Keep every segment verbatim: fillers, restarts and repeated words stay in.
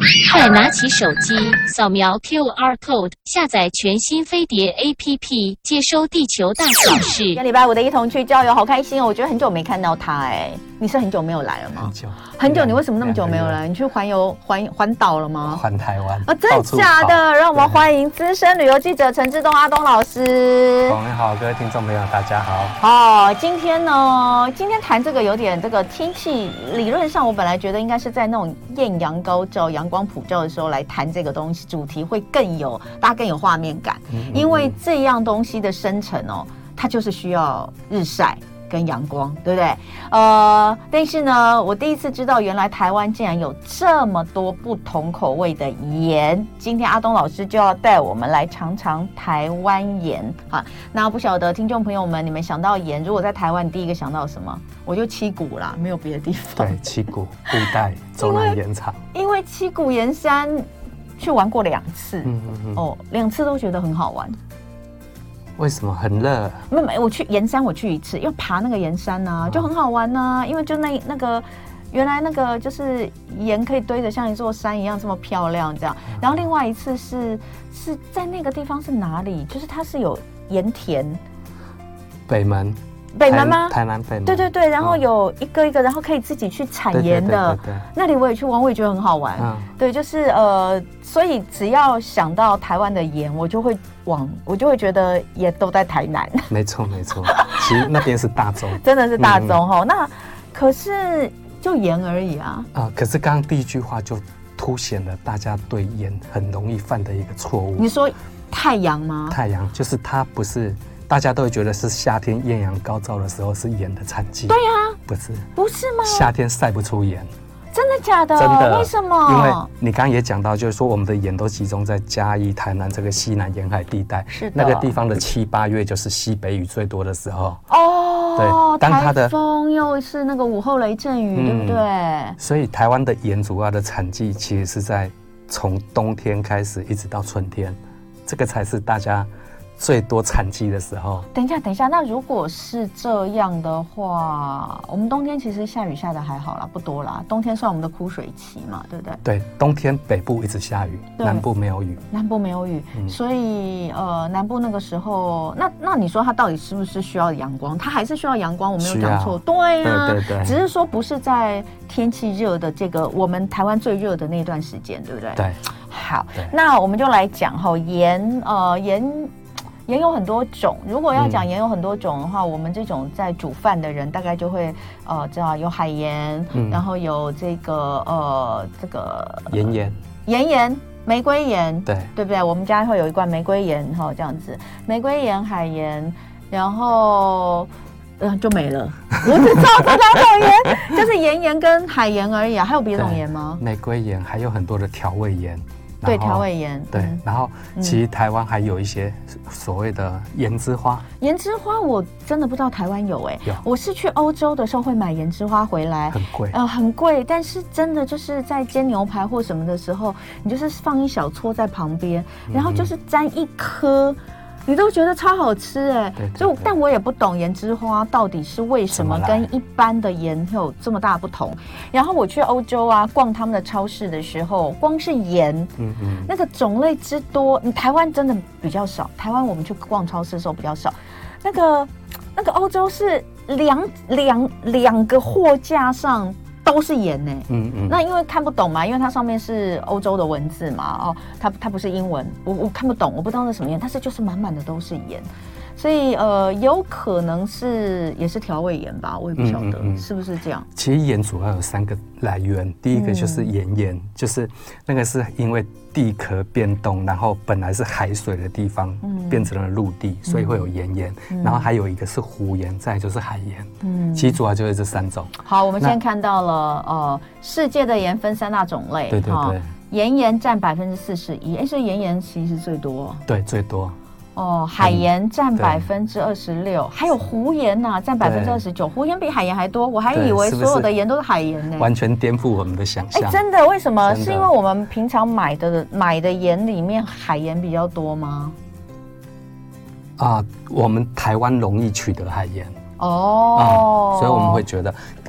快拿起手机，扫描 Q R code， 下载全新飞碟 A P P， 接收地球大小事。 今天礼拜五的一同去郊游，好开心哦！我觉得很久没看到他哎、欸，你是很久没有来了吗？ 很久， 很久。你为什么那么久没有来？你去环游环环岛了吗？ 环台湾啊，真的假的？让我们欢迎资深旅游记者陈志东阿东老师。 朋友好，各位听众朋友大家好。 哦，今天呢，今天谈这个有点这个天气，理论上我本来觉得应该是在那种艳阳高照、阳光普照的时候来谈这个东西，主题会更有大家更有画面感，嗯嗯嗯，因为这样东西的生成哦，它就是需要日晒跟阳光，对不对？呃，但是呢，我第一次知道原来台湾竟然有这么多不同口味的盐。今天阿东老师就要带我们来尝尝台湾盐啊。那不晓得听众朋友们，你们想到盐，如果在台湾，第一个想到什么？我就七股啦，没有别的地方。 对，七股、布袋、洲南盐场。 因为七股盐山去玩过两次， 嗯嗯嗯， 哦，两次都觉得很好玩。 为什么很热？ 没有，我去盐山，我去一次，因为爬那个盐山啊，就很好玩啊。因为就那那个原来那个就是盐可以堆得像一座山一样这么漂亮这样。然后另外一次是是在那个地方是哪里？就是它是有盐田， 北门。 北门吗？ 台南北门。 对对对，然后有一个一个，然后可以自己去产盐的， 对对对对对， 那里我也去玩，我也觉得很好玩。嗯，对，就是呃，所以只要想到台湾的盐，我就会往，我就会觉得也都在台南。 没错没错，其实那边是大宗， 真的是大宗哈、嗯。那可是就盐而已啊。啊、 呃，可是刚刚第一句话就凸显了大家对盐很容易犯的一个错误。 你说太阳吗？ 太阳就是它不是。大家都会觉得是夏天艳阳高照的时候是盐的产季， 对啊， 不是， 不是吗？ 夏天晒不出盐， 真的假的？ 真的， 为什么？ 因为你刚刚也讲到，就是说我们的盐都集中在嘉义、台南这个西南沿海地带， 是的， 那个地方的七八月就是西北雨最多的时候哦。 对，当它的台风又是那个午后雷阵雨，嗯、对不对？ 所以台湾的盐主要的产季其实是在从冬天开始一直到春天，这个才是大家最多产季的时候。 等一下，等一下，那如果是这样的话，我们冬天其实下雨下的还好啦，不多啦。冬天算我们的枯水期嘛，对不对？ 对，冬天北部一直下雨，南部没有雨。 南部没有雨，嗯、所以呃，南部那个时候，那那你说它到底是不是需要阳光？它还是需要阳光，我没有讲错。对啊， 对对对， 只是说不是在天气热的这个我们台湾最热的那段时间，对不对？ 对。 好，那我们就来讲哈盐，呃盐。盐有很多种，如果要讲盐有很多种的话，嗯、我们这种在煮饭的人大概就会呃知道有海盐，嗯、然后有这个呃这个盐盐盐盐玫瑰盐， 对对不对？我们家会有一罐玫瑰盐哈，这样子玫瑰盐、海盐，然后呃就没了。我只知道这两种盐，就是盐盐跟海盐而已啊，还有别种盐吗？ 玫瑰盐还有很多的调味盐。 对，调味盐。 对，嗯、然后其实台湾还有一些所谓的盐之花。 盐之花我真的不知道台湾有哎、欸， 有。 我是去欧洲的时候会买盐之花回来， 很贵， 呃，很贵。但是真的就是在煎牛排或什么的时候，你就是放一小撮在旁边，然后就是沾一颗。嗯你都觉得超好吃哎、欸，所以但我也不懂盐之花到底是为什么跟一般的盐有这么大不同。然后我去欧洲啊逛他们的超市的时候，光是盐，嗯嗯，那个种类之多，你台湾真的比较少。台湾我们去逛超市的时候比较少，那个那个欧洲是两两两个货架上都是盐呢、欸，嗯嗯，那因为看不懂嘛，因为它上面是欧洲的文字嘛，哦，它它不是英文，我我看不懂，我不知道是什么盐，但是就是满满的都是盐，所以呃，有可能是也是调味盐吧，我也不晓得、嗯嗯嗯、是不是这样。 其实盐主要有三个来源，第一个就是盐盐、嗯，就是那个是因为地壳变动，然后本来是海水的地方、嗯、变成了陆地，所以会有盐盐、嗯。然后还有一个是湖盐，再来就是海盐。嗯，其实主要就是这三种。 好，我们现在看到了呃，世界的盐分三大种类， 对对对， 盐盐占百分之四十一，哎，所以盐盐其实最多。 对，最多。 哦，海盐占百分之二十六，还有湖盐呐、啊，占百分之二十九。湖盐比海盐还多，我还以为所有的盐都是海盐呢、欸， 完全颠覆我们的想象。 哎，真的？为什么？是因为我们平常买的买的盐里面海盐比较多吗？ 啊、呃，我们台湾容易取得海盐哦、 嗯，所以我们会觉得。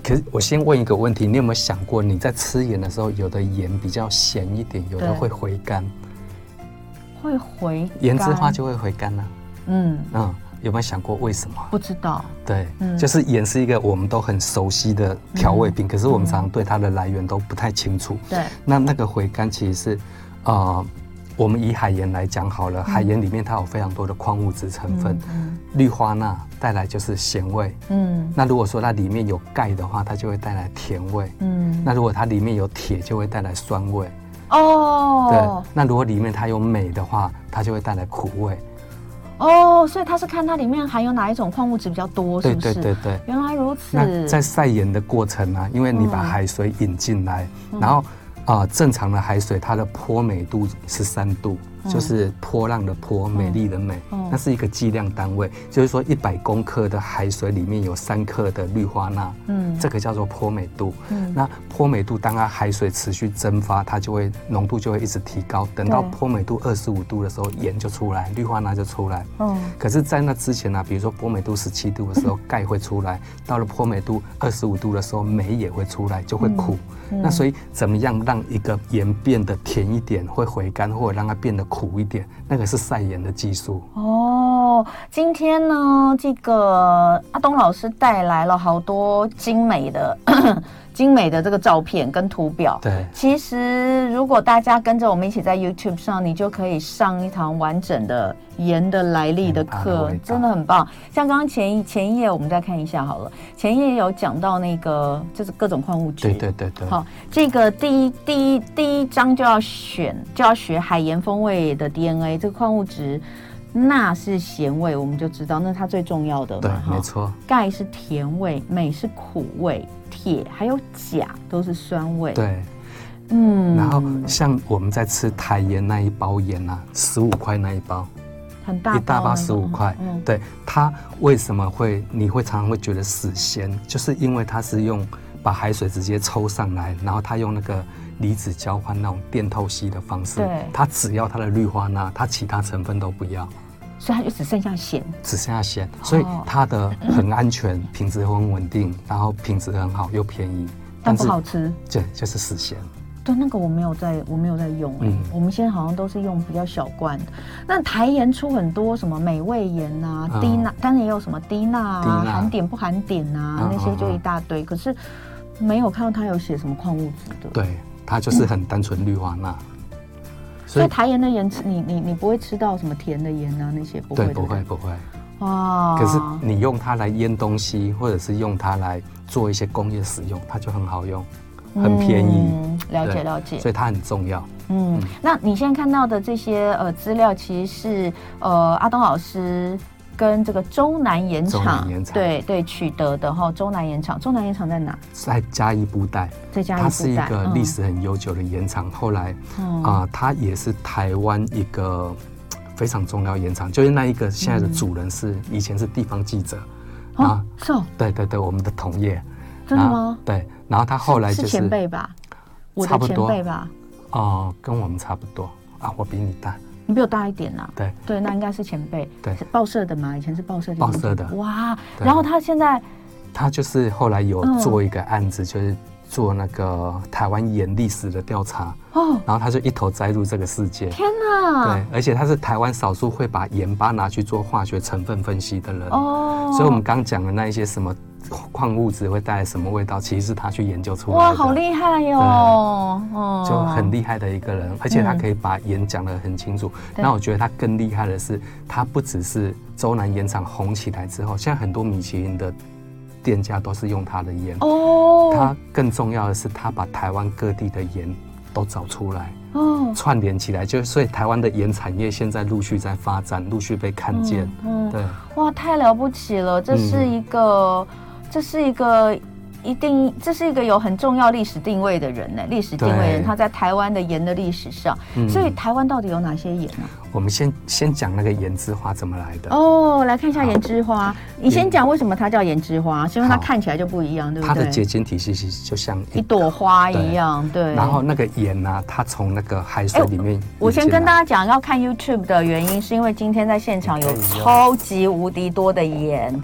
可是我先问一个问题，你有没有想过，你在吃盐的时候，有的盐比较咸一点，有的会回甘， 会回盐之花就会回甘啊。 嗯嗯，有没有想过为什么？ 不知道。 对，嗯、就是盐是一个我们都很熟悉的调味品，嗯、可是我们常常对它的来源都不太清楚。 对， 那那个回甘其实是，呃。我们以海盐来讲好了，嗯、海盐里面它有非常多的矿物质成分，嗯嗯、氯化钠带来就是咸味，嗯，那如果说它里面有钙的话，它就会带来甜味，嗯，那如果它里面有铁，就会带来酸味，哦，对，那如果里面它有镁的话，它就会带来苦味。 哦，所以它是看它里面含有哪一种矿物质比较多，是不是？ 对对对对。 原来如此。 那在晒盐的过程啊，因为你把海水引进来，嗯、然后。啊、呃，正常的海水它的波美度是三度，嗯、就是波浪的波，美丽的美，嗯、那是一个计量单位，就是说一百公克的海水里面有三克的氯化钠，嗯，这个叫做波美度。嗯，那波美度当它海水持续蒸发，它就会浓度就会一直提高，等到波美度二十五度的时候，盐就出来，氯化钠就出来。嗯，可是，在那之前呢、啊，比如说波美度十七度的时候，钙会出来；到了波美度二十五度的时候，镁也会出来，就会苦。嗯、那所以怎么样让一个盐变得甜一点，会回甘，或者让它变得苦一点，那个是晒盐的技术。 哦，今天呢，这个阿东老师带来了好多精美的精美的这个照片跟图表。 对， 其实如果大家跟着我们一起在 YouTube 上，你就可以上一堂完整的盐的来历的课，真的很棒。像刚刚前一前一页我们再看一下好了，前一页有讲到那个就是各种矿物质。 对对对对。 好，这个第一第一第一章就要选就要学海盐风味的 D N A， 这个矿物质。钠是咸味，我们就知道那是它最重要的嘛。 对，没错。 钙是甜味，镁是苦味，铁还有钾都是酸味。 对，嗯。然后像我们在吃台盐那一包盐啊，十五块那一包， 很大包， 一大包十五块。嗯，对，它为什么会你会常常会觉得死咸，就是因为它是用把海水直接抽上来，然后它用那个。离子交换那种电透析的方式，它只要它的氯化钠，它其他成分都不要， 所以它就只剩下咸， 只剩下咸，所以它的很安全，品质很稳定，然后品质很好又便宜， 但不好吃， 对，就是死咸。 对，那个我没有在，我没有在用、欸，嗯，我们现在好像都是用比较小罐的。那台盐出很多什么美味盐啊，嗯、低钠，当然也有什么低钠啊，含碘不含碘啊，嗯、那些就一大堆，嗯、可是没有看到它有写什么矿物质的。 对。它就是很单纯氯化钠、嗯， 所以台盐的盐吃你你你不会吃到什么甜的盐啊那些不会， 对，不会不会。哇！可是你用它来腌东西，或者是用它来做一些工业使用，它就很好用，很便宜。 嗯、了解了解。 所以它很重要。 嗯，嗯那你现在看到的这些呃资料，其实是呃阿东老师。跟这个洲南盐场，对对取得的哈，洲南盐场，洲南盐场在哪？ 在嘉义布袋， 在嘉义布袋， 它是一个历史很悠久的盐场。嗯、后来，啊、嗯呃，它也是台湾一个非常重要盐场，就是那一个现在的主人是、嗯、以前是地方记者， 哦，是哦， 对对对，我们的同业， 真的吗？ 对，然后他后来就是是前辈吧，我的前辈吧， 哦、呃，跟我们差不多啊，我比你大。 你比我大一点呐、啊， 对对，那应该是前辈， 对， 是报社的嘛，以前是报社的， 报社的， 哇，然后他现在， 他就是后来有做一个案子，嗯、就是做那个台湾盐历史的调查，哦，然后他就一头栽入这个世界， 天哪， 对，而且他是台湾少数会把盐巴拿去做化学成分分析的人，哦，所以我们刚讲的那一些什么。矿物质会带来什么味道？其实是他去研究出来的。 哇，好厉害哟、哦！哦， 就很厉害的一个人，而且他可以把盐讲得很清楚。嗯、那我觉得他更厉害的是，他不只是洲南盐场红起来之后，现在很多米其林的店家都是用他的盐。哦，他更重要的是，他把台湾各地的盐都找出来。哦，串联起来，就所以台湾的盐产业现在陆续在发展，陆续被看见。嗯，嗯对， 哇，太了不起了！这是一个。嗯这是一个一定，这是一个有很重要历史定位的人呢。历史定位人，他在台湾的盐的历史上，嗯、所以台湾到底有哪些盐呢、啊？ 我们先先讲那个盐之花怎么来的。 哦，来看一下盐之花。你先讲为什么它叫盐之花，是因为它看起来就不一样，对不对？ 它的结晶体系就像一, 一朵花一样，对。 然后那个盐呢、啊，它从那个海水里面、欸， 我先跟大家讲，要看 YouTube 的原因，是因为今天在现场有超级无敌多的盐。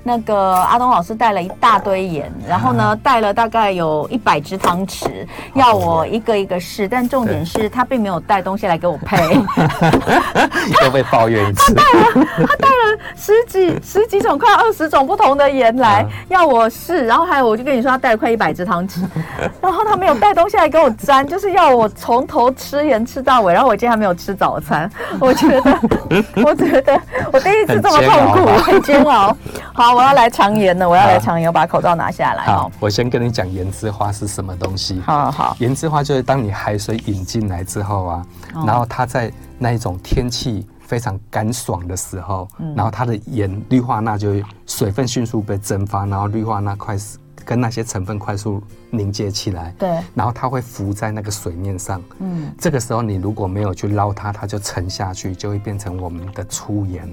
那个阿东老师带了一大堆盐，然后呢带了大概有一百只汤匙，要我一个一个试。但重点是他并没有带东西来给我配， 又被抱怨一次。 他带了他带了十几十几种，快二十种不同的盐来、嗯、要我试，然后还有我就跟你说他带了快一百只汤匙，然后他没有带东西来给我沾，就是要我从头吃盐吃到尾。然后我今天还没有吃早餐，我觉得我觉得我第一次这么痛苦，很煎熬。好，我要来尝盐了，我要来尝盐，我把口罩拿下来。 好，我先跟你讲盐之花是什么东西。 好好， 盐之花就是当你海水引进来之后啊，哦、然后它在那一种天气非常干爽的时候，嗯、然后它的盐氯化钠就水分迅速被蒸发，然后氯化钠快跟那些成分快速凝结起来， 对， 然后它会浮在那个水面上，嗯，这个时候你如果没有去捞它，它就沉下去，就会变成我们的粗盐。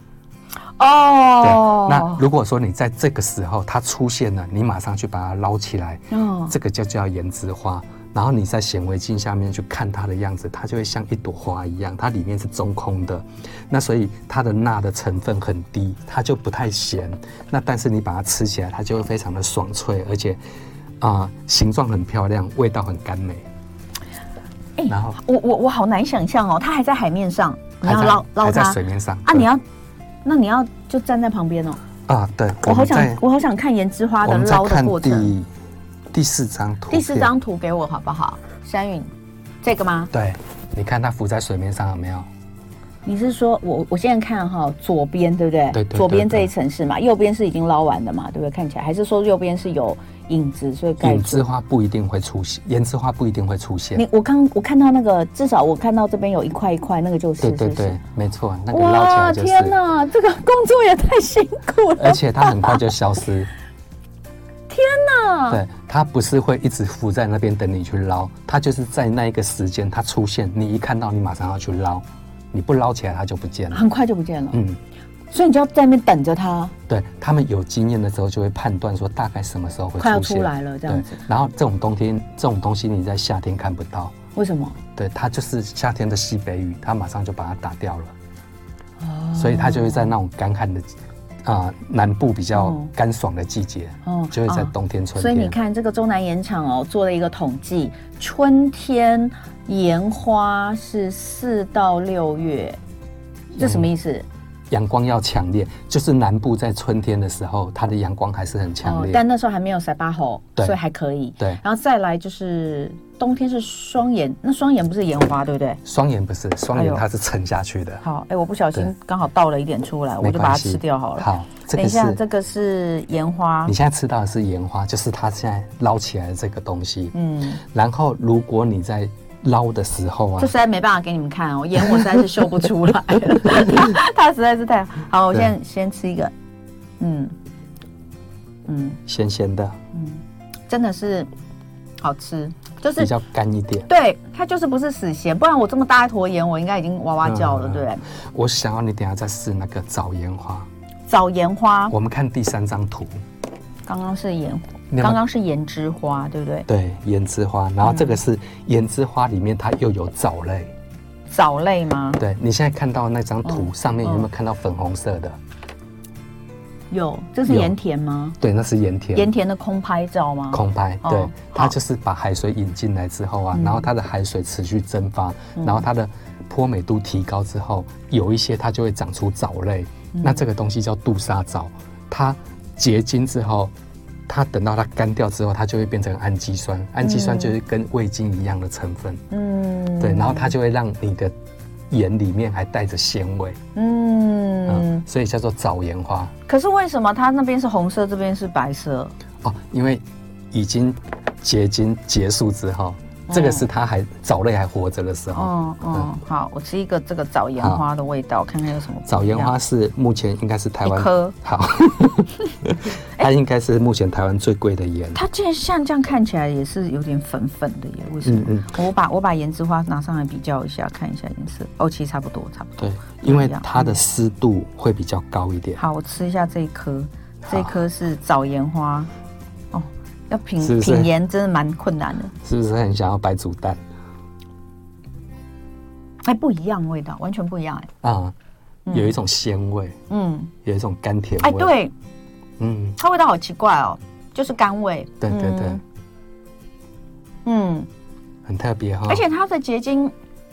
哦， 对，那如果说你在这个时候它出现了，你马上去把它捞起来，哦，这个就叫盐之花。然后你在显微镜下面去看它的样子，它就会像一朵花一样，它里面是中空的，那所以它的钠的成分很低，它就不太咸。那但是你把它吃起来，它就会非常的爽脆，而且啊、呃、形状很漂亮，味道很甘美。 哎、欸，然后我我我好难想象哦，它还在海面上，你要捞捞它， 还在水面上啊，你要那你要就站在旁边哦。 啊，对， 我好想我好想看盐之花的捞的过程。 第四张图， 第四张图给我好不好？山允，这个吗？ 对，你看它浮在水面上有没有？ 你是说我我现在看哈，左边对不对？ 对 对, 对, 对。 左边这一层是嘛？右边是已经捞完的嘛？对不对？看起来还是说右边是有影子，所以盖住。 盐之花不一定会出现，盐之花不一定会出现。 你我刚我看到那个，至少我看到这边有一块一块，那个就是。 对对对，是是没错，那个捞起来就是。 哇天哪，这个工作也太辛苦了。 而且它很快就消失。 天哪！ 对，它不是会一直浮在那边等你去捞，它就是在那一个时间它出现，你一看到你马上要去捞，你不捞起来它就不见了， 很快就不见了。 嗯， 所以你就要在那边等着它。 对，他们有经验的时候就会判断说大概什么时候会出现， 快要出来了这样子。 然后这种冬天这种东西你在夏天看不到， 为什么？ 对，它就是夏天的西北雨，它马上就把它打掉了，哦，所以它就会在那种干旱的。啊、呃，南部比较干爽的季节，哦，就会在冬天、春天。 所以你看，这个中南盐场哦，做了一个统计，春天盐花是四到六月，这什么意思？ 阳光要强烈，就是南部在春天的时候，它的阳光还是很强烈， 哦、但那时候还没有塞巴吼，所以还可以。 对， 然后再来就是冬天是双盐，那双盐不是盐花对不对？ 双盐不是，双盐它是沉下去的。哎、 好，哎，我不小心刚好倒了一点出来，我就把它吃掉好了。 好，这个、 等一下，这个是盐花。 你现在吃到的是盐花，就是它现在捞起来的这个东西。嗯，然后如果你在捞的时候啊， 这实在没办法给你们看哦，盐我实在是秀不出来了，它实在是太好。我现在先吃一个，嗯嗯， 咸咸的， 嗯，真的是好吃，就是比较干一点。 对，它就是不是死咸，不然我这么大一坨盐，我应该已经哇哇叫了，嗯、对不对？ 我想要你等一下再试那个枣盐花。 枣盐花， 我们看第三张图， 刚刚是盐。刚刚是盐之花，对不对？ 对，盐之花。然后这个是盐之花里面它又有藻类。 藻类吗？ 对，你现在看到那张图、哦、上面有没有看到粉红色的？ 有，这是盐田吗？ 对，那是盐田。 盐田的空拍照吗？ 空拍，对，哦、它就是把海水引进来之后啊，嗯、然后它的海水持续蒸发，嗯、然后它的坡美度提高之后，有一些它就会长出藻类。嗯、那这个东西叫杜莎藻，它结晶之后。它等到它干掉之后，它就会变成氨基酸，氨基酸就是跟味精一样的成分，嗯，对，然后它就会让你的盐里面还带着鲜味，嗯, 嗯，所以叫做藻盐花。 可是为什么它那边是红色，这边是白色？ 哦，因为已经结晶结束之后。这个是它还藻类还活着的时候。 嗯嗯，好，我吃一个这个藻盐花的味道，看看有什么。 藻盐花是目前应该是台湾一颗好，它应该是目前台湾最贵的盐。 它竟然像这样看起来也是有点粉粉的耶，为什么？嗯嗯，我把我把盐之花拿上来比较一下，看一下颜色。哦，其实差不多，差不多。 对，因为它的湿度会比较高一点。 好，我吃一下这一颗，这一颗是藻盐花。要品是是品盐真的蛮困难的， 是不是很想要白煮蛋？ 哎，不一样味道，完全不一样哎。 啊、嗯，有一种鲜味，嗯，有一种甘甜味。 哎，对， 嗯， 它味道好奇怪哦，就是甘味。 对对对， 嗯，嗯很特别哈、哦。 而且它的结晶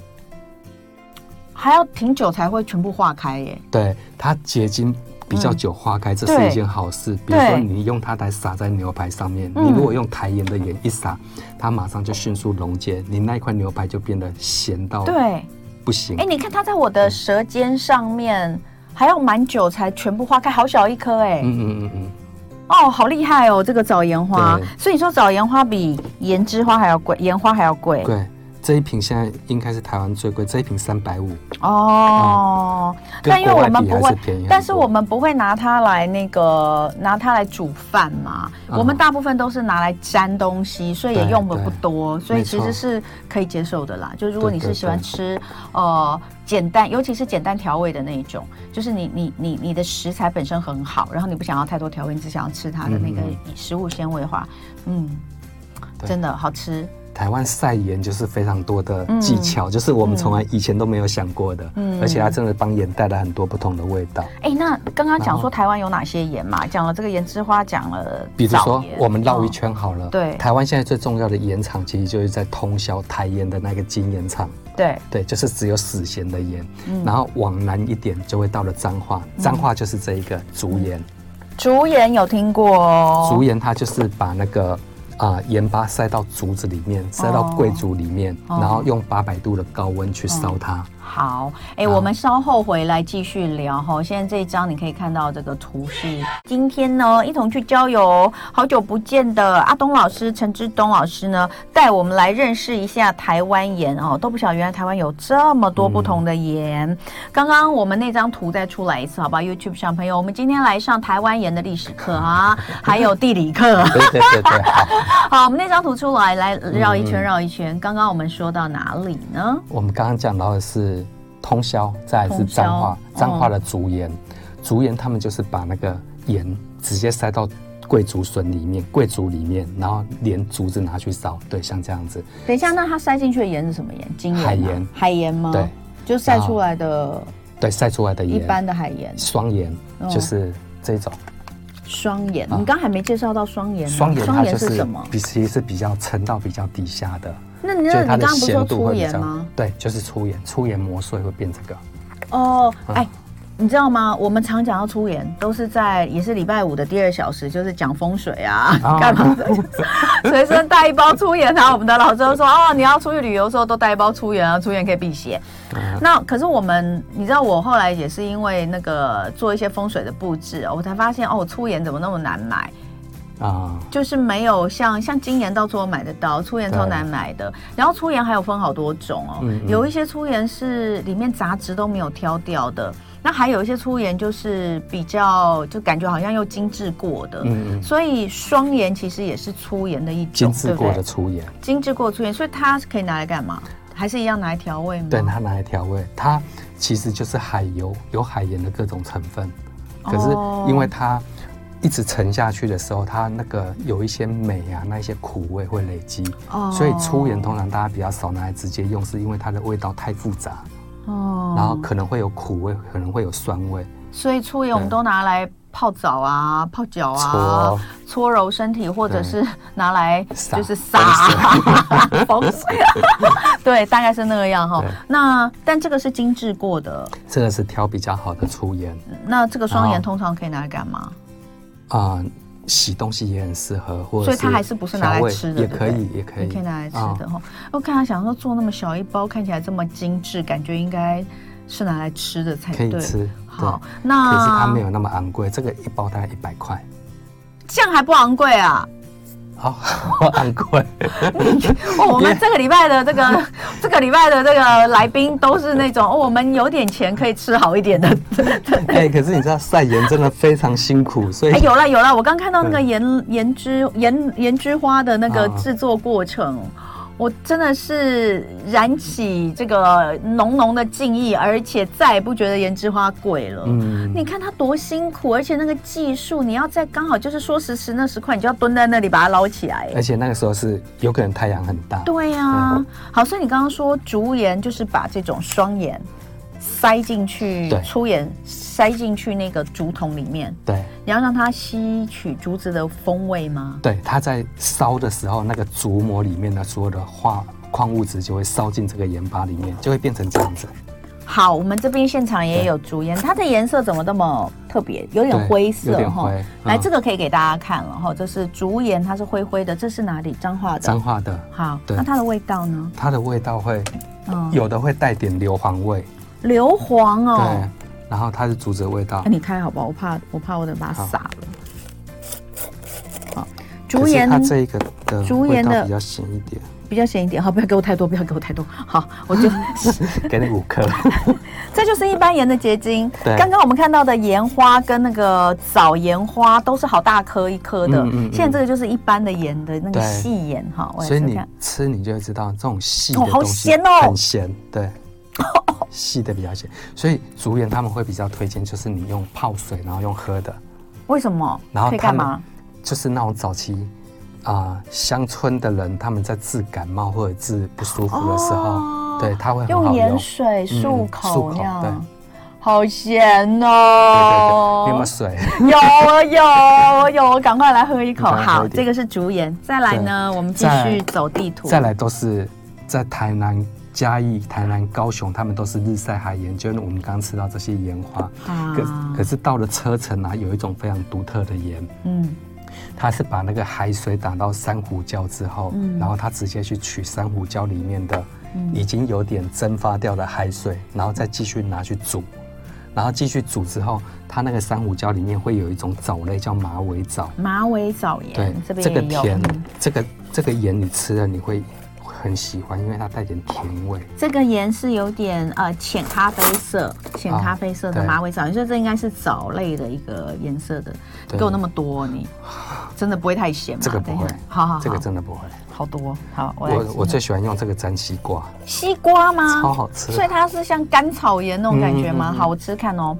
还要挺久才会全部化开耶。 对，它结晶比较久化开，嗯、这是一件好事。比如说你用它来撒在牛排上面，你如果用台盐的盐一撒，它马上就迅速溶解，你那一块牛排就变得咸到对不行。 哎，你看它在我的舌尖上面还要蛮久才全部化开，好小一颗哎。嗯嗯嗯嗯。哦，好厉害哦，这个枣盐花。所以你说枣盐花比盐之花还要贵，盐花还要贵。 对。这一瓶现在应该是台湾最贵，这一瓶三百五哦。嗯、但因为我们不会，但是我们不会拿它来那个拿它来煮饭嘛、嗯。我们大部分都是拿来沾东西，所以也用的不多，所以其实是可以接受的啦。就如果你是喜欢吃呃简单，尤其是简单调味的那一种，就是你你你你的食材本身很好，然后你不想要太多调味，你只想要吃它的那个食物纤维的话，嗯，真的好吃。 台湾晒盐就是非常多的技巧、嗯，就是我们从来以前都没有想过的，嗯，而且它真的帮盐带来很多不同的味道。 哎、欸，那刚刚讲说台湾有哪些盐嘛？讲了这个盐之花，讲了比如说我们绕一圈好了， 哦、对， 台湾现在最重要的盐厂其实就是在通霄台盐的那个金盐厂， 对对，就是只有死咸的盐、嗯，然后往南一点就会到了彰化，彰化就是这一个竹盐， 竹盐有听过哦， 竹盐它就是把那个。啊、呃，盐巴塞到竹子里面，塞到桂竹里面，哦、然后用八百度的高温去烧它。哦、 好，哎、欸，我们稍后回来继续聊哈。现在这一张你可以看到这个图是今天呢一同去郊游，好久不见的阿东老师陈之东老师呢，带我们来认识一下台湾盐哦。都不晓得原来台湾有这么多不同的盐。嗯、刚刚我们那张图再出来一次，好不好 ？YouTube 上朋友，我们今天来上台湾盐的历史课啊，还有地理课。 对对对对，好。 好，我们那张图出来，来绕一圈，绕一圈。刚刚我们说到哪里呢？ 我们刚刚讲到的是通霄，再来是彰化，彰化的竹盐，竹盐他们就是把那个盐直接塞到桂竹笋里面、桂竹里面，然后连竹子拿去烧，对，像这样子。 等一下，那它塞进去的盐是什么盐？精盐？海盐？海盐吗？ 对， 就晒出来的。 对，晒出来的盐， 一般的海盐， 双盐、哦、就是这种。 双盐，你刚还没介绍到双盐。 双盐它就是什么？ 其实是比较沉到比较底下的。 那你那你刚刚不是说粗盐吗？ 对，就是粗盐，粗盐磨碎会变这个。 哦，哎、嗯，你知道吗？我们常讲到粗盐，都是在也是礼拜五的第二小时，就是讲风水啊，干嘛的？随身带一包粗盐，然后我们的老师就说：“哦，你要出去旅游的时候都带一包粗盐啊，粗盐可以辟邪。嗯”那可是我们，你知道，我后来也是因为那个做一些风水的布置，我才发现哦，粗盐怎么那么难买。啊，就是没有像像精盐到处都买得到，粗盐超难买的。然后粗盐还有分好多种哦，嗯嗯有一些粗盐是里面杂质都没有挑掉的，那还有一些粗盐就是比较就感觉好像又精致过的，嗯嗯所以双盐其实也是粗盐的一种， 精致过的粗盐， 精致过的粗盐，所以它可以拿来干嘛？还是一样拿来调味吗？ 对，它拿来调味，它其实就是海油，有海盐的各种成分，可是因为它。一直沉下去的时候，它那个有一些镁啊，那一些苦味会累积，哦、所以粗盐通常大家比较少拿来直接用，是因为它的味道太复杂，哦，然后可能会有苦味，可能会有酸味， 所以粗盐我们都拿来泡澡啊、泡脚啊、搓揉身体，或者是拿来就是洒风水，对，大概是那个样哈。那但这个是精致过的， 这个是挑比较好的粗盐。 那这个双盐通常可以拿来干嘛？ 啊、呃，洗东西也很适合，或者所以它还是不是拿来吃的， 也可以，也可以， 也可以拿来吃的哈。我看他想说做那么小一包，看起来这么精致，感觉应该是拿来吃的才对。 可以吃， 好，那可是它没有那么昂贵，这个一包大概一百块， 这样还不昂贵啊？ 好，昂贵。 哦，我们这个礼拜的这个这个礼拜的这个来宾都是那种、哦、我们有点钱可以吃好一点的。 哎、欸，可是你知道晒盐真的非常辛苦，所以哎、欸，有了有了，我刚看到那个盐盐之盐盐之花的那个制作过程。啊，我真的是燃起这个浓浓的敬意，而且再也不觉得盐之花贵了。嗯，你看它多辛苦，而且那个技术，你要在刚好就是说时迟那时快，你就要蹲在那里把它捞起来。 而且那个时候是有可能太阳很大。 对啊，好，所以你刚刚说竹盐就是把这种双盐塞进去， 对粗盐塞进去那个竹筒里面， 对， 你要让它吸取竹子的风味吗？ 对，它在烧的时候，那个竹膜里面的所有的化矿物质就会烧进这个盐巴里面，就会变成这样子。 好，我们这边现场也有竹盐，它的颜色怎么这么特别？有点灰色， 有点灰。嗯、 来，这个可以给大家看了哈，这是竹盐，它是灰灰的，这是哪里？彰化的。 彰化的。 好，那它的味道呢？ 它的味道会，嗯、有的会带点硫磺味。 硫磺哦。 对，然后它是竹子的味道。 欸、你开好不好？我怕，我怕我得把它洒了。好，竹盐它这一个的味道比较咸一点。 比较咸一点，好，不要给我太多，不要给我太多，好，我就给你五颗。 这就是一般盐的结晶。刚刚我们看到的盐花跟那个枣盐花都是好大颗一颗的，嗯嗯嗯，现在这个就是一般的盐的那个细盐哈。 所以你吃你就会知道这种细的东西，哦，好咸哦， 很咸，对，细的比较咸。所以竹盐他们会比较推荐，就是你用泡水，然后用喝的。 为什么？ 然后可以干嘛？ 就是那种早期。啊，乡村的人他们在治感冒或者治不舒服的时候，哦、对他会很好用， 用盐水漱口那样， 嗯、 好咸哦！ 对对对，你有没有水？ 有有有，赶快来喝一口。好，这个是竹盐。再来呢，我们继续走地图。 再来都是在台南、嘉义、台南、高雄，他们都是日晒海盐，就是我们刚刚吃到这些盐花。啊、可可是到了车城啊，有一种非常独特的盐。嗯。它是把那个海水打到珊瑚礁之后，嗯、然后它直接去取珊瑚礁里面的、嗯、已经有点蒸发掉的海水，然后再继续拿去煮，然后继续煮之后，它那个珊瑚礁里面会有一种藻类叫马尾藻。马尾藻盐，对，这边也有。这个甜，嗯、这个这个盐你吃了你会很喜欢，因为它带点甜味。这个盐是有点呃浅咖啡色，浅咖啡色的马尾藻，所以这应该是藻类的一个颜色的。给我那么多，你真的不会太咸吗？这个不会，好好好，这个真的不会。好多，好，我我我最喜欢用这个沾西瓜。西瓜吗？超好吃。所以它是像甘草盐那种感觉吗？嗯嗯嗯好，我吃看哦。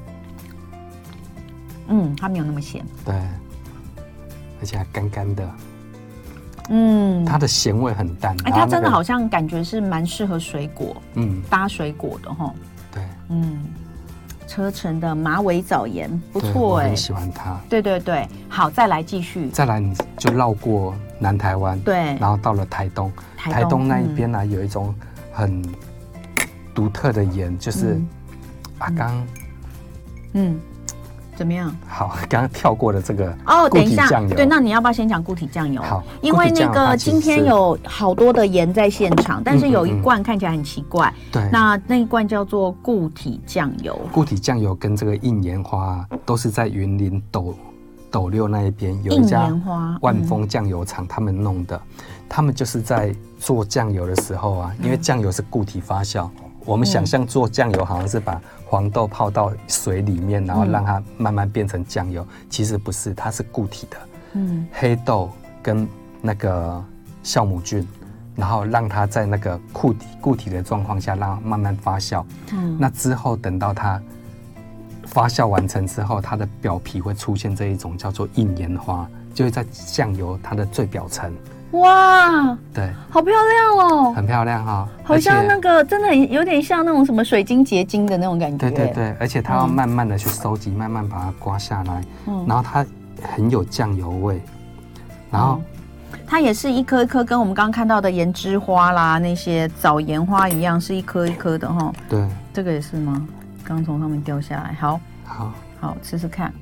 嗯，它没有那么咸。对，而且还干干的。嗯，它的咸味很淡。哎、欸，它真的好像感觉是蛮适合水果，嗯，搭水果的哈。对，嗯。车城的马尾藻盐不错哎、欸，我很喜欢它。对对对，好，再来继续。再来你就绕过南台湾，对，然后到了台东。台 东, 台东那一边呢、啊，嗯、有一种很独特的盐，就是阿刚，嗯，怎么样？好，刚刚跳过了这个哦，等一下，对，那你要不要先讲固体酱油？好，因为那个今天有好多的盐在现场，但是有一罐看起来很奇怪。对、嗯嗯嗯，那那一罐叫做固体酱油。固体酱油跟这个硬盐花都是在云林斗斗六那一边有一家万丰酱油厂，他们弄的。嗯、他们就是在做酱油的时候啊，因为酱油是固体发酵。我们想象做酱油好像是把黄豆泡到水里面，然后让它慢慢变成酱油，嗯、其实不是，它是固体的。嗯，黑豆跟那个酵母菌，然后让它在那个固体固体的状况下，让它慢慢发酵。嗯，那之后等到它发酵完成之后，它的表皮会出现这一种叫做硬盐花，就是在酱油它的最表层。哇，对，好漂亮哦，很漂亮哈、哦，好像那个真的很有点像那种什么水晶结晶的那种感觉。对对对，而且它要慢慢的去收集，嗯、慢慢把它刮下来，嗯、然后它很有酱油味，然后、嗯、它也是一颗一颗，跟我们刚刚看到的盐之花啦那些枣盐花一样，是一颗一颗的哈。对，这个也是吗？刚从上面掉下来，好，好，好，吃吃看。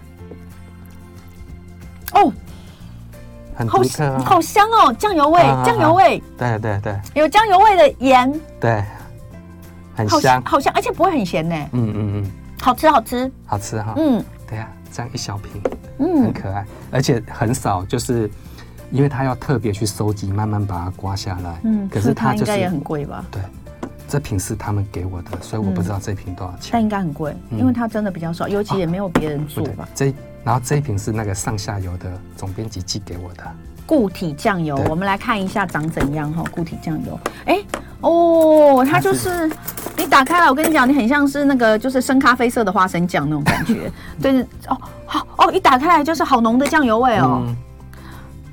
哦。很独特、啊，好香哦，酱油味，酱、啊、油味，对对对，有酱油味的盐，对，很香，好香，而且不会很咸呢，嗯嗯嗯，好吃好吃，好吃哈，嗯，对呀、啊，这样一小瓶，嗯，很可爱，而且很少，就是因为它要特别去收集，慢慢把它刮下来，嗯，可是它、就是、应该也很贵吧？对，这瓶是他们给我的，所以我不知道这瓶多少钱，嗯、但应该很贵，嗯、因为它真的比较少，尤其也没有别人做吧，这。然后这一瓶是那个上下游的总编辑寄给我的固体酱油，我们来看一下长怎样哈。固体酱油，哎哦，它就是你打开来，我跟你讲，你很像是那个就是深咖啡色的花生酱那种感觉。对，哦好哦，一打开来就是好浓的酱油味哦。嗯、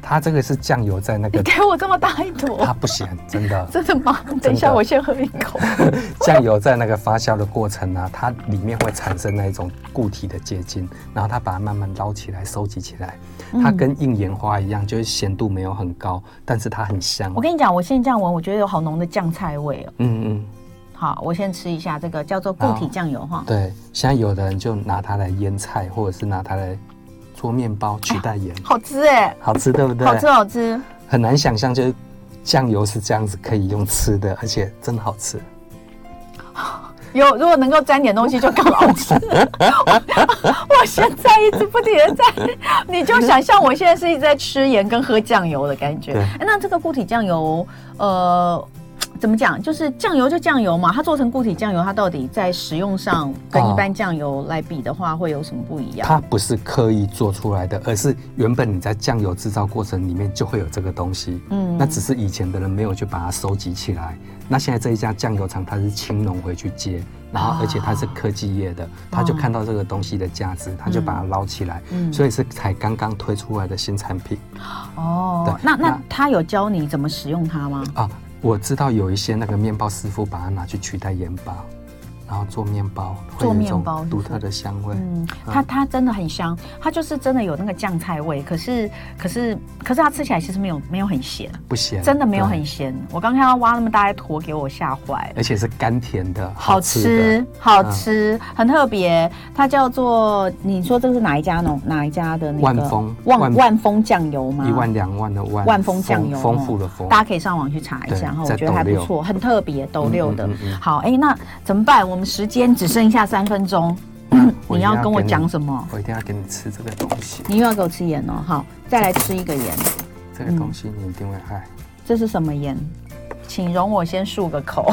它这个是酱油在那个， 你给我这么大一坨， 它不咸，真的。 真的吗？等一下，我先喝一口。 酱油在那个发酵的过程呢、啊，它里面会产生那一种固体的结晶，然后它把它慢慢捞起来、收集起来。它跟硬盐花一样，就是咸度没有很高，但是它很香。 我跟你讲，我现在这样闻，我觉得有好浓的酱菜味哦。 嗯嗯。 好，我先吃一下这个叫做固体酱油哈。 对，现在有的人就拿它来腌菜，或者是拿它来做面包取代盐， 好吃哎， 好吃对不对？ 好吃好吃， 很难想象就是酱油是这样子可以用吃的，而且真的好吃。 有如果能够沾点东西就更好吃。我现在一直不停的在，你就想象我现在是一直在吃盐跟喝酱油的感觉。哎，那这个固体酱油，呃。怎么讲？就是酱油就酱油嘛，它做成固体酱油，它到底在使用上跟一般酱油来比的话，会有什么不一样？ 它不是刻意做出来的，而是原本你在酱油制造过程里面就会有这个东西。嗯，那只是以前的人没有去把它收集起来。那现在这一家酱油厂，它是青农回去接，然后而且它是科技业的，他就看到这个东西的价值，他就把它捞起来，嗯、所以是才刚刚推出来的新产品。 哦，那那他有教你怎么使用它吗？ 啊。我知道有一些那个面包师傅把它拿去取代盐巴，然后做面包， 做面包独特的香味。 嗯，它它真的很香，它就是真的有那个酱菜味，可是可是可是它吃起来其实没有没有很咸， 不咸， 真的没有很咸。我刚看到挖那么大一坨，给我吓坏。 而且是甘甜的， 好吃好吃，嗯、很特别。它叫做你说这是哪一家呢？哪一家的那个万丰万万丰酱油吗？ 一万两万的万万丰酱油， 丰富的丰， 大家可以上网去查一下哈，我觉得还不错，很特别，斗六的。 嗯嗯嗯嗯、 好，哎，那怎么办？我们时间只剩下三分钟，你要跟我讲什么？ 我一定要给你吃这个东西。 你又要给我吃盐哦，好，再来吃一个盐。 这个东西你一定会爱。嗯、 这是什么盐？请容我先漱个口。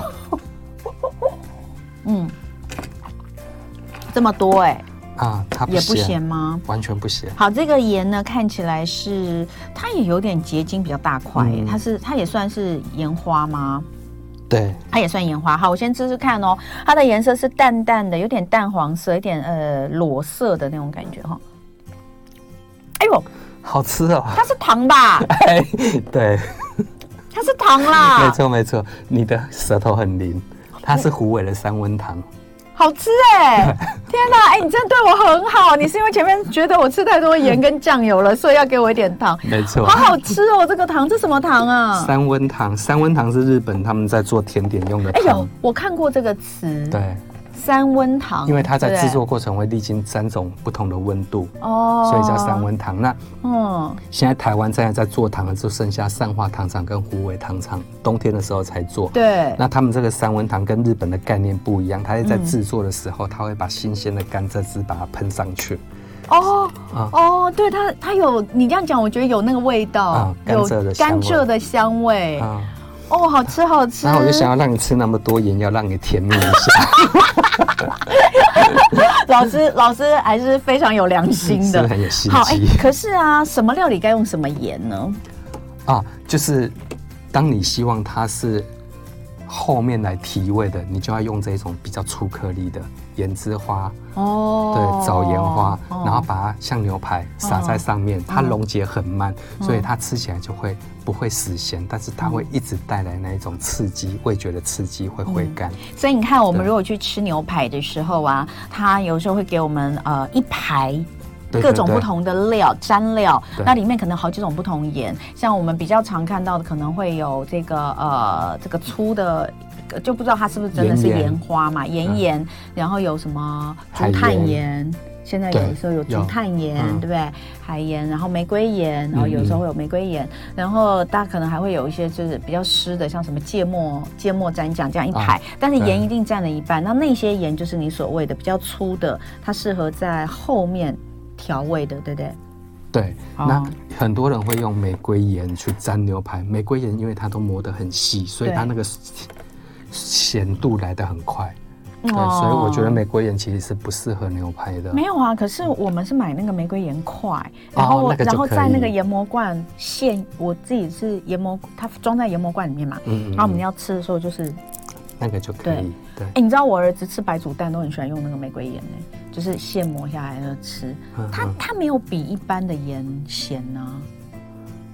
嗯，这么多哎、欸。 啊，它不也不咸吗？ 完全不咸。 好，这个盐呢，看起来是它也有点结晶比较大块、欸，嗯、它是它也算是盐花吗？ 对， 它也算盐花。好，我先吃吃看哦。它的颜色是淡淡的，有点淡黄色，有点呃裸色的那种感觉哈。哎呦， 好吃哦！ 它是糖吧？ 哎，对， 它是糖啦。 没错没错，你的舌头很灵，它是虎尾的三温糖。 好吃哎、欸！天哪，哎、欸，你真的对我很好。你是因为前面觉得我吃太多盐跟酱油了，所以要给我一点糖。 没错， 好好吃哦，这个糖，这什么糖啊？ 三温糖，三温糖是日本他们在做甜点用的糖。 哎呦，我看过这个词。 对。 三温糖， 因为它在制作过程会历经三种不同的温度哦，所以叫三温糖。那嗯，现在台湾现在在做糖的就剩下善化糖厂跟虎尾糖厂，冬天的时候才做。 对， 那他们这个三温糖跟日本的概念不一样，它是在制作的时候，它会把新鲜的甘蔗汁把它喷上去。 哦、啊、哦，对，它它有你这样讲，我觉得有那个味道，啊、 甘蔗的甘蔗的香味。啊哦，好吃好吃！ 然后我就想要让你吃那么多盐，要让你甜蜜一下。 老师，老师还是非常有良心的， 是很有心机。 好，哎，可是啊，什么料理该用什么盐呢？ 啊，就是当你希望它是后面来提味的，你就要用这种比较粗颗粒的盐之花。哦，对，枣盐花，哦、然后把它像牛排撒在上面，哦、它溶解很慢，哦、所以它吃起来就会不会死咸，但是它会一直带来那一种刺激，味觉的刺激会回甘。嗯、 所以你看，我们如果去吃牛排的时候啊，它有时候会给我们呃一排。各种不同的料蘸料，那里面可能好几种不同盐，像我们比较常看到的，可能会有这个呃这个粗的，就不知道它是不是真的是盐花嘛，盐盐，嗯、然后有什么竹炭盐。现在有的时候有竹炭盐，对不对？海盐，然后玫瑰盐，然后有时候会有玫瑰盐，嗯、然后大家可能还会有一些就是比较湿的，像什么芥末、芥末蘸酱这样一排，啊、但是盐一定占了一半。那那些盐就是你所谓的比较粗的，它适合在后面调味的，对不对？ 对，那很多人会用玫瑰盐去沾牛排，玫瑰盐因为它都磨得很细，所以它那个咸度来得很快。对，哦、所以我觉得玫瑰盐其实是不适合牛排的。 没有啊，可是我们是买那个玫瑰盐块，然后、哦、然后在那个研磨罐现，我自己是研磨，它装在研磨罐里面嘛。嗯, 嗯, 嗯。然后我们要吃的时候就是那个就可以。对。 哎、欸，你知道我儿子吃白煮蛋都很喜欢用那个玫瑰盐呢、欸，就是现磨下来的吃。嗯、它它没有比一般的盐咸啊。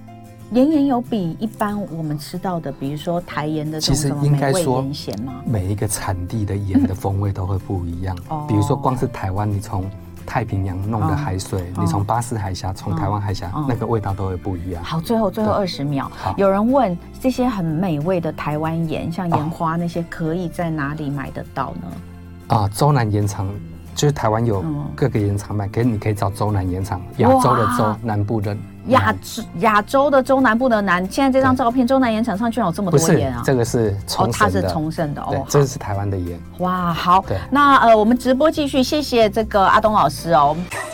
盐盐有比一般我们吃到的，比如说台盐的这种什么美味盐咸吗？ 每一个产地的盐的风味都会不一样。哦、比如说光是台湾，你从太平洋弄的海水，哦、你从巴士海峡，从台湾海峡，哦、那个味道都会不一样。 好，最后最后二十秒，有人问这些很美味的台湾盐，像盐花那些，可以在哪里买得到呢？ 啊，洲南盐场。就是台湾有各个盐场卖，可是你可以找洲南盐场，亚洲的洲，南部的亚亚洲的洲，南部的南。现在这张照片，洲南盐场上居然有这么多盐啊！ 这个是冲绳的， 哦，它是冲绳的哦， 对，这个是台湾的盐。 哇，好，那呃，我们直播继续，谢谢这个阿东老师哦。